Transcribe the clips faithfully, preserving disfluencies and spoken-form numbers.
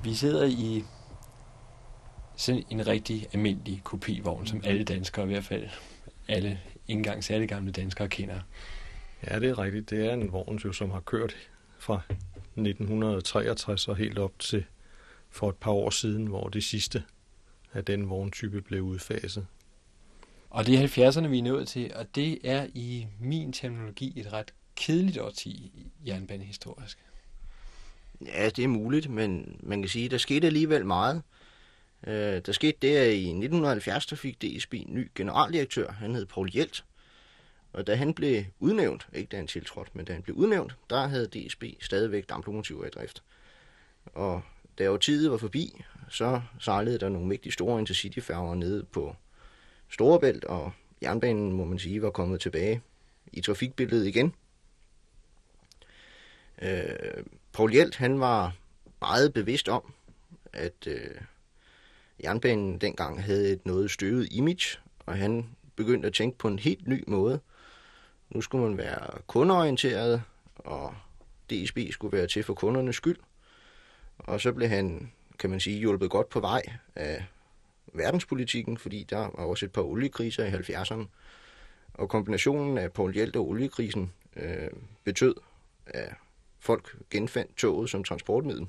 Vi sidder i sådan en rigtig almindelig kopivogn, som alle danskere, i hvert fald alle, ikke engang særlig gamle danskere, kender. Ja, det er rigtigt. Det er en vogn, jo, som har kørt fra nitten treogtres og helt op til for et par år siden, hvor det sidste af den vogntype blev udfaset. Og det er halvfjerdserne, vi er nået til, og det er i min terminologi et ret kedeligt årti jernbanehistorisk. Ja, det er muligt, men man kan sige, at der skete alligevel meget. Øh, der skete det, at i nitten halvfjerds der fik D S B en ny generaldirektør. Han hed Poul Hjelt. Og da han blev udnævnt, ikke da han tiltrådte, men da han blev udnævnt, der havde D S B stadigvæk damplokomotiver i drift. Og da årtiet var forbi, så sejlede der nogle mægtige store intercityfærger nede på Storebælt, og jernbanen, må man sige, var kommet tilbage i trafikbilledet igen. Øh, Poul Hjelt, han var meget bevidst om, at øh, jernbanen dengang havde et noget støvet image, og han begyndte at tænke på en helt ny måde. Nu skulle man være kundeorienteret, og D S B skulle være til for kundernes skyld. Og så blev han, kan man sige, hjulpet godt på vej af verdenspolitikken, fordi der var også et par oliekriser i halvfjerdserne. Og kombinationen af Poul Hjelt og oliekrisen øh, betød, at folk genfandt toget som transportmiddel.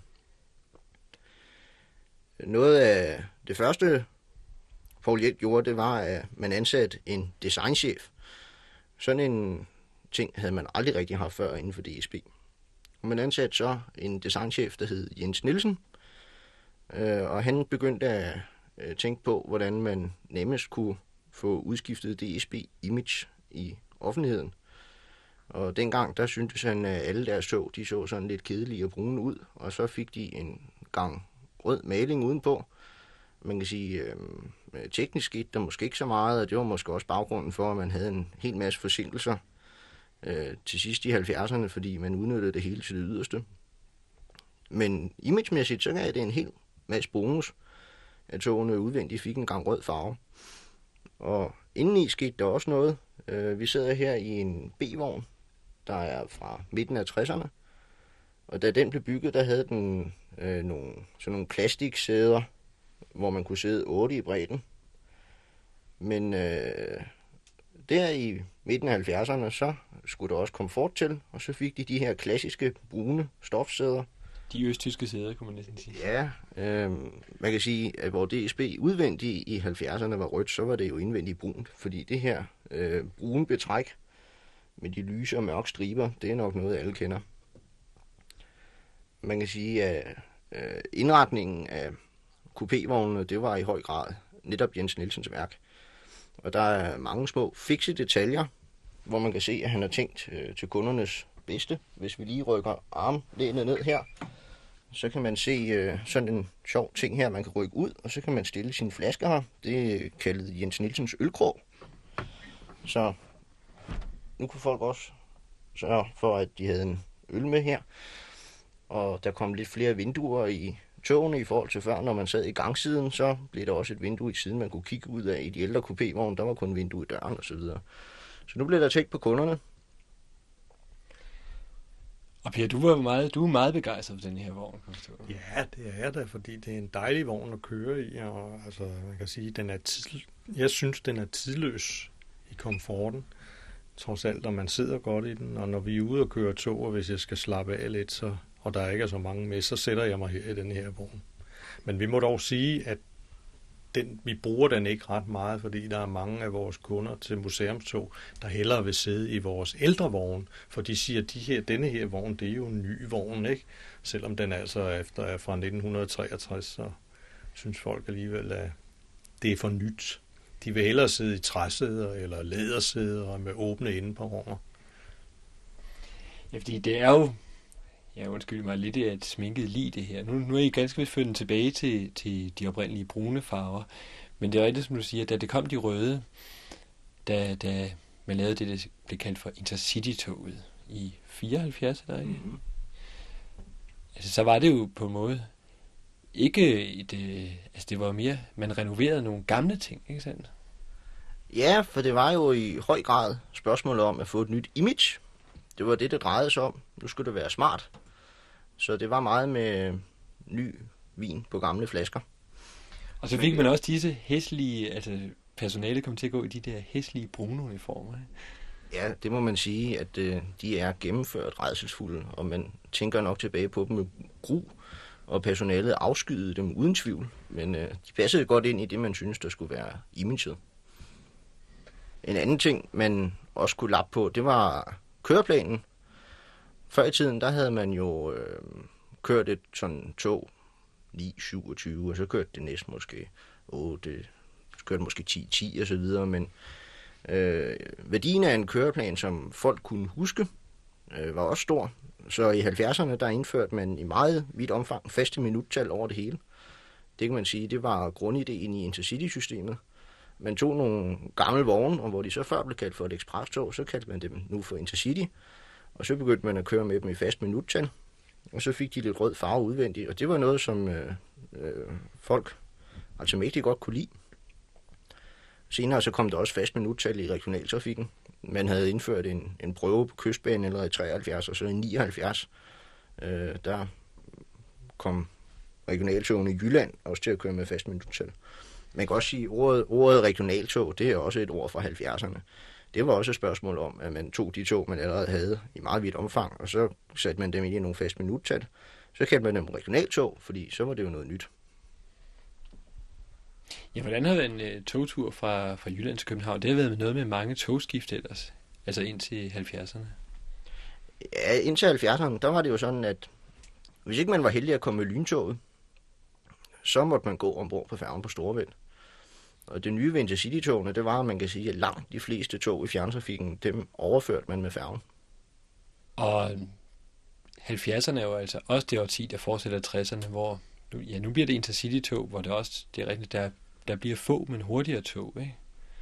Noget af det første, Poul Hjelt gjorde, det var, at man ansatte en designchef. Sådan en ting havde man aldrig rigtig haft før inden for D S B. Og man ansatte så en designchef, der hed Jens Nielsen, og han begyndte at tænke på, hvordan man nemmest kunne få udskiftet D S B-image i offentligheden. Og dengang, der syntes han, at alle deres tog, de så sådan lidt kedelige og brune ud, og så fik de en gang rød maling udenpå. Man kan sige, øh, teknisk skete der måske ikke så meget, og det var måske også baggrunden for, at man havde en hel masse forsinkelser øh, til sidst i halvfjerdserne, fordi man udnyttede det hele til det yderste. Men imagemæssigt, så gav det en hel masse bonus, at togene udvendigt fik en gang rød farve. Og indeni skete der også noget. Øh, vi sidder her i en B-vogn, der er fra midten af tresserne, og da den blev bygget, der havde den øh, nogle, sådan nogle plastiksæder, hvor man kunne sidde otte i bredden. Men øh, der i midten af halvfjerdserne, så skulle der også komfort til, og så fik de de her klassiske brune stofsæder. De østtyske sæder, kunne man næsten sige. Ja, øh, man kan sige, at hvor D S B udvendigt i halvfjerdserne var rødt, så var det jo indvendigt brunt, fordi det her øh, brune betræk med de lyse og mørke striber, det er nok noget, alle kender. Man kan sige, at øh, indretningen af kupévognene, det var i høj grad netop Jens Nielsens værk. Og der er mange små fikse detaljer, hvor man kan se, at han har tænkt øh, til kundernes bedste. Hvis vi lige rykker armlænet ned her, så kan man se øh, sådan en sjov ting her, man kan rykke ud, og så kan man stille sine flasker her. Det er kaldet Jens Nielsens ølkrog. Så nu kunne folk også sørge for, at de havde en øl med her. Og der kom lidt flere vinduer i togene i forhold til før, når man sad i gangsiden, så blev der også et vindue i siden, man kunne kigge ud af. I de ældre kupévogne, der var kun vindue i døren og så videre. Så nu blev der tænkt på kunderne. Og Per, du var meget, du er meget begejstret for den her vogn, kan du Ja, det er jeg da, fordi det er en dejlig vogn at køre i, og altså, man kan sige, den er tid, jeg synes, den er tidløs i komforten. Trods alt, når man sidder godt i den, og når vi er ude og køre tog, og hvis jeg skal slappe af lidt, så, og der ikke er så mange med, så sætter jeg mig her i den her vogn. Men vi må dog sige, at den, vi bruger den ikke ret meget, fordi der er mange af vores kunder til museumstog, der hellere vil sidde i vores ældre vogn, for de siger, at de her, denne her vogn, det er jo en ny vogn, ikke? Selvom den altså efter er fra nitten treogtres, så synes folk alligevel, at det er for nyt. De vil hellere sidde i træsæder eller lædersæder med åbne indeperroner. Ja, fordi det er jo, ja, undskyld mig, lidt af et sminket lig det her. Nu, nu er I ganske vist ført den tilbage til, til de oprindelige brune farver. Men det er rigtigt, som du siger, da det kom de røde, da, da man lavede det, der blev kaldt for Intercity-toget i fireoghalvfjerds, eller ikke? Mm-hmm. Altså, så var det jo på en måde ikke et, altså det var mere, man renoverede nogle gamle ting, ikke sandt? Ja, for det var jo i høj grad spørgsmålet om at få et nyt image. Det var det, det drejede sig om. Nu skulle det være smart. Så det var meget med ny vin på gamle flasker. Og så fik man også disse hæslige, altså personalet kom til at gå i de der hæslige brune uniformer. Ja, det må man sige, at øh, de er gennemført rædselsfulde, og man tænker nok tilbage på dem med gru, og personalet afskyede dem uden tvivl, men øh, de passede godt ind i det, man synes, der skulle være imaget. En anden ting, man også kunne lappe på, det var køreplanen. Før i tiden, der havde man jo øh, kørt et sådan tog ni syvogtyve, og så kørte det næsten måske otte, så kørte måske ti ti og så videre, men øh, værdien af en køreplan, som folk kunne huske, øh, var også stor. Så i halvfjerdserne, der indførte man i meget vidt omfang faste minuttal over det hele. Det kan man sige, det var grundideen i Intercity-systemet. Man tog nogle gamle vogne, og hvor de så før blev kaldt for et eksprestog, så kaldte man dem nu for Intercity. Og så begyndte man at køre med dem i fast minuttal. Og så fik de lidt rød farve udvendigt, og det var noget, som øh, øh, folk altså mægtigt godt kunne lide. Senere så kom der også fast minuttal i regionaltrafikken. Man havde indført en, en prøve på kystbanen allerede i treoghalvfjerds, og så i nioghalvfjerds, øh, der kom regionaltogene i Jylland også til at køre med fast minuttal. Man kan også sige, at ordet, ordet regionaltog, det er også et ord fra halvfjerdserne. Det var også et spørgsmål om, at man tog de tog, man allerede havde i meget vidt omfang, og så satte man dem ind i nogle fast minuttal. Så kaldte man dem regionaltog, fordi så var det jo noget nyt. Ja, hvordan har en uh, togtur fra, fra Jylland til København? Det har været noget med mange togskift ellers, altså indtil halvfjerdserne. Ja, indtil halvfjerdserne, der var det jo sådan, at hvis ikke man var heldig at komme med lyntoget, så måtte man gå ombord på færgen på Storebælt. Og det nye ved Intercity-togene, det var, at man kan sige, at langt de fleste tog i fjerntrafikken, dem overførte man med færgen. Og halvfjerdserne er jo altså også det årti, der fortsætter tresserne, hvor nu, ja, nu bliver det Intercity-tog, hvor det også, det er rigtigt, der, der bliver få, men hurtigere tog, ikke?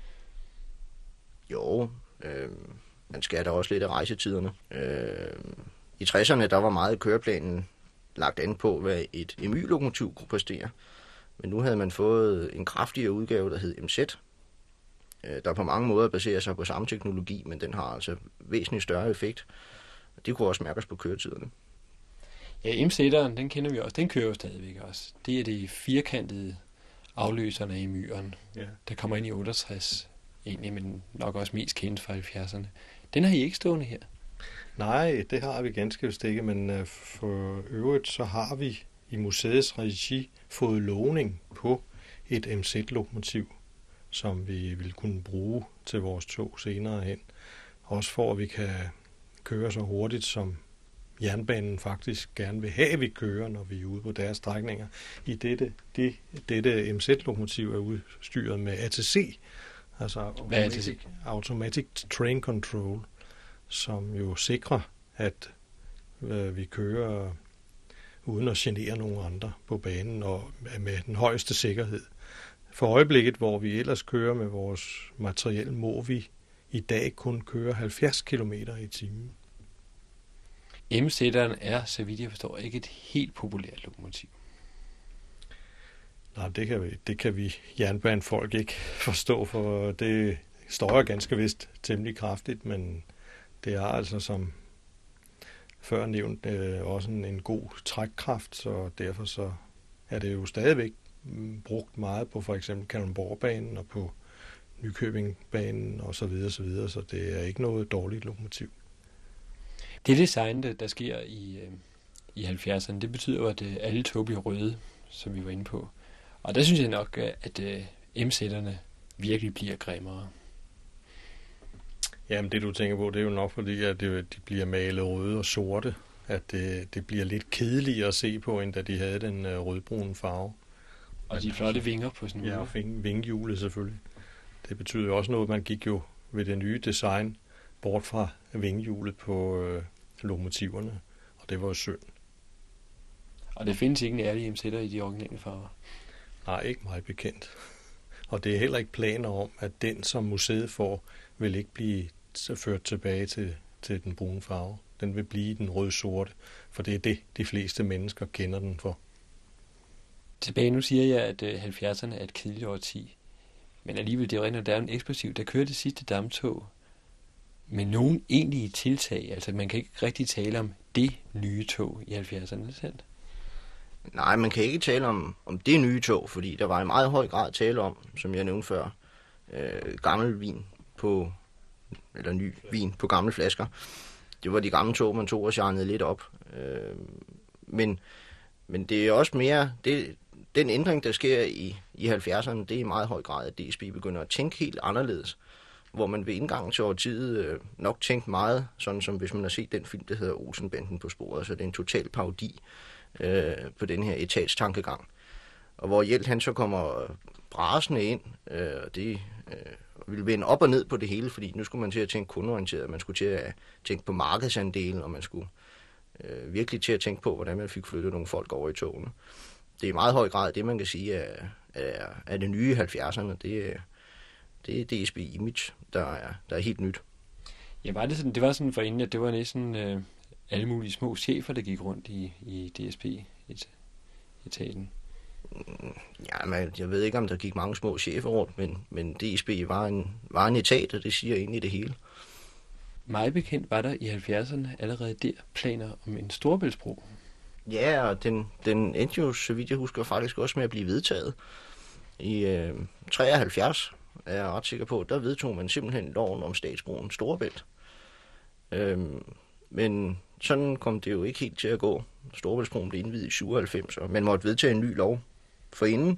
Jo, øh, man skal da også lidt af rejsetiderne. Øh, I tresserne, der var meget køreplanen lagt an på, hvad et E M Y-lokomotiv kunne præstere. Men nu havde man fået en kraftigere udgave, der hed M Z, der på mange måder baserer sig på samme teknologi, men den har altså væsentligt større effekt. Det kunne også mærkes på køretiderne. Ja, M Z'eren, den kender vi også. Den kører jo stadigvæk også. Det er det firkantede afløserne i myren, Ja. der kommer ind i otteogtres, egentlig, men nok også mest kendt fra halvfjerdserne. Den har I ikke stående her. Nej, det har vi ganske vist ikke, men for øvrigt så har vi i museets regi fået lovning på et M Z-lokomotiv, som vi vil kunne bruge til vores tog senere hen. Også for, at vi kan køre så hurtigt, som jernbanen faktisk gerne vil have, at vi kører, når vi er ude på deres strækninger. I dette, det, dette M Z-lokomotiv er udstyret med A T C, altså Automatic, Automatic Train Control, som jo sikrer, at øh, vi kører uden at genere nogen andre på banen og med den højeste sikkerhed. For øjeblikket, hvor vi ellers kører med vores materiel, må vi i dag kun køre halvfjerds kilometer i timen. M Z'eren er, så vidt jeg forstår, ikke et helt populært lokomotiv. Nej, det kan vi, det kan vi jernbanefolk ikke forstå, for det støjer ganske vist temmelig kraftigt, men det er altså som før nævnt øh, også en, en god trækkraft, så derfor så er det jo stadigvæk brugt meget på for eksempel Kalundborgbanen og på Nykøbingbanen og så videre, så videre, så det er ikke noget dårligt lokomotiv. Det design, der, der sker i, øh, i halvfjerdserne, det betyder jo, at øh, alle tog bliver røde, som vi var inde på. Og der synes jeg nok, at øh, M Z'erne virkelig bliver grimmere. Jamen det du tænker på, det er jo nok fordi, at det, de bliver malet røde og sorte, at det, det bliver lidt kedeligere at se på, end da de havde den øh, rødbrune farve. Og de flotte vinger på sådan en Ja, og vinghjulet selvfølgelig. Det betyder jo også noget, man gik jo ved det nye design bort fra vinghjulet på øh, lokomotiverne, og det var jo synd. Og det findes ikke en ærlig M Z'er i de originale farver? Nej, ikke meget bekendt. Og det er heller ikke planer om, at den, som museet får, vil ikke blive ført tilbage til, til den brune farve. Den vil blive den rød-sorte, for det er det, de fleste mennesker kender den for. Tilbage nu siger jeg, at halvfjerdserne er et kedeligt årti. Men alligevel, det er rent, der er en eksplosiv. Der kører det sidste damptog med nogen egentlige tiltag. Altså man kan ikke rigtig tale om det nye tog i halvfjerdserne selv. Nej, man kan ikke tale om, om det nye tog, fordi der var i meget høj grad tale om, som jeg nævnte før, øh, gammel vin på, eller ny vin på gamle flasker. Det var de gamle tog, man tog og sjarnede lidt op. Øh, men, men det er også mere, det, den ændring, der sker i, i halvfjerdserne, det er i meget høj grad, at D S B begynder at tænke helt anderledes. Hvor man ved indgangen til årtiet øh, nok tænkte meget, sådan som hvis man har set den film, der hedder Olsenbanden på sporet, så det er en total parodi øh, på den her etatstankegang. Og hvor Hjelt han så kommer brasende ind, øh, og det øh, ville vende op og ned på det hele, fordi nu skulle man til at tænke kundeorienteret, man skulle til at tænke på markedsandelen, og man skulle øh, virkelig til at tænke på, hvordan man fik flyttet nogle folk over i togene. Det er i meget høj grad det, man kan sige, er, er, er det nye i halvfjerdserne. Det er Det er D S B Image, der er, der er helt nyt. Ja, var det sådan, det var sådan for inden, at det var næsten øh, alle mulige små chefer, der gik rundt i, i D S B-etaten? Ja, men jeg ved ikke, om der gik mange små chefer rundt, men, men D S B var en, var en etat, og det siger egentlig det hele. Meget bekendt var der i halvfjerdserne allerede der planer om en Storebæltsbro. Ja, og den, den endte jo, så vidt jeg husker, faktisk også med at blive vedtaget. I øh, treoghalvfjerds er jeg ret sikker på, der vedtog man simpelthen loven om statsbroen Storebælt. Øhm, men sådan kom det jo ikke helt til at gå. Storebæltsbroen blev indviet i syvoghalvfems, og man måtte vedtage en ny lov forinden.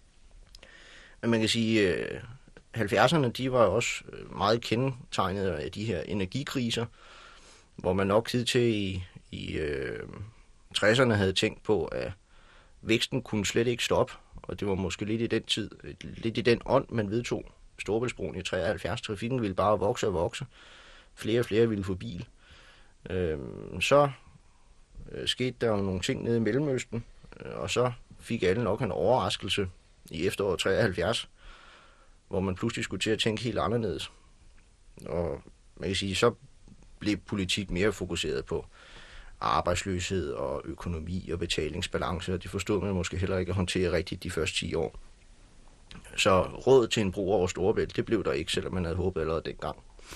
Men man kan sige, at øh, halvfjerdserne de var også meget kendetegnet af de her energikriser, hvor man nok tid til i, i øh, tresserne havde tænkt på, at væksten kunne slet ikke stoppe. Og det var måske lidt i den tid, lidt i den ånd, man vedtog Storebæltsbroen i treoghalvfjerds. Trafikken ville bare vokse og vokse. Flere og flere ville få bil. Øhm, så øh, skete der jo nogle ting nede i Mellemøsten, øh, og så fik alle nok en overraskelse i efteråret treoghalvfjerds, hvor man pludselig skulle til at tænke helt anderledes. Og man kan sige, så blev politik mere fokuseret på arbejdsløshed og økonomi og betalingsbalance, og det forstod man måske heller ikke at håndtere rigtigt de første ti år. Så råd til en bro over Storebælt, det blev der ikke, selvom man havde håbet allerede dengang.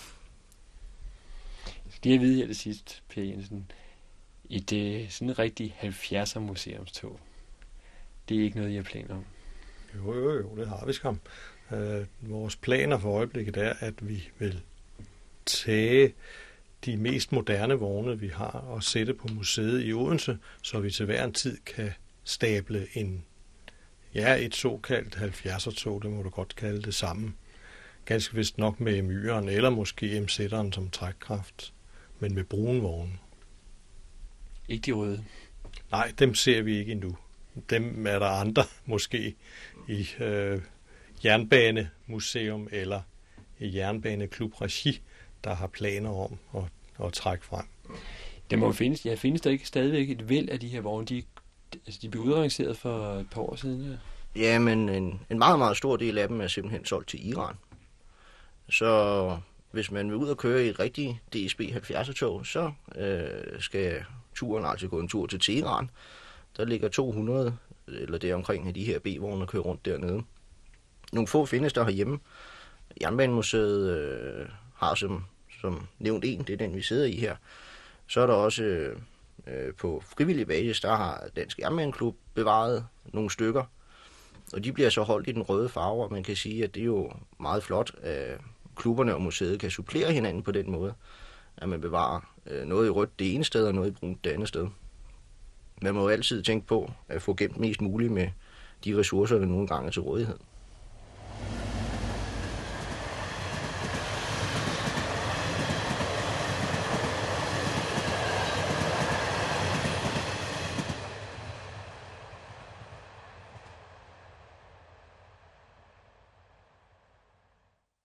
Skal jeg vide her det sidste, Per Jensen, i det sådan et rigtigt halvfjerdser museumstog, det er ikke noget, I har planer om? Jo, jo, jo, det har vi skam. Øh, vores planer for øjeblikket er, at vi vil tage de mest moderne vogne, vi har, og sætte på museet i Odense, så vi til hver en tid kan stable en, ja, et såkaldt halvfjerdser-tog, det må du godt kalde det, sammen. Ganske vist nok med myren, eller måske M Z'eren som trækkraft, men med brune vogne. Ikke de røde? Nej, dem ser vi ikke endnu. Dem er der andre, måske i øh, Jernbanemuseum eller i Jernbaneklub Regi, der har planer om at, at trække frem. Det må findes, ja, findes der ikke stadigvæk et væld af de her vogne? De, altså, de blev udrangeret for et par år siden. Ja, ja men en, en meget, meget stor del af dem er simpelthen solgt til Iran. Så hvis man vil ud og køre i et rigtigt D S B halvfjerdser-tog, så øh, skal turen altså gå en tur til Teheran. Der ligger to hundrede, eller deromkring af de her B-vogne, der kører rundt dernede. Nogle få findes der herhjemme. Jernbanemuseet øh, har som, som nævnt en, det er den, vi sidder i her. Så er der også øh, på frivillig basis, der har Dansk Jernbaneklub bevaret nogle stykker. Og de bliver så holdt i den røde farve, og man kan sige, at det er jo meget flot, at klubberne og museet kan supplere hinanden på den måde. At man bevarer øh, noget i rødt det ene sted, og noget i brunt det andet sted. Man må jo altid tænke på at få gemt mest muligt med de ressourcer, der nogle gange er til rådighed.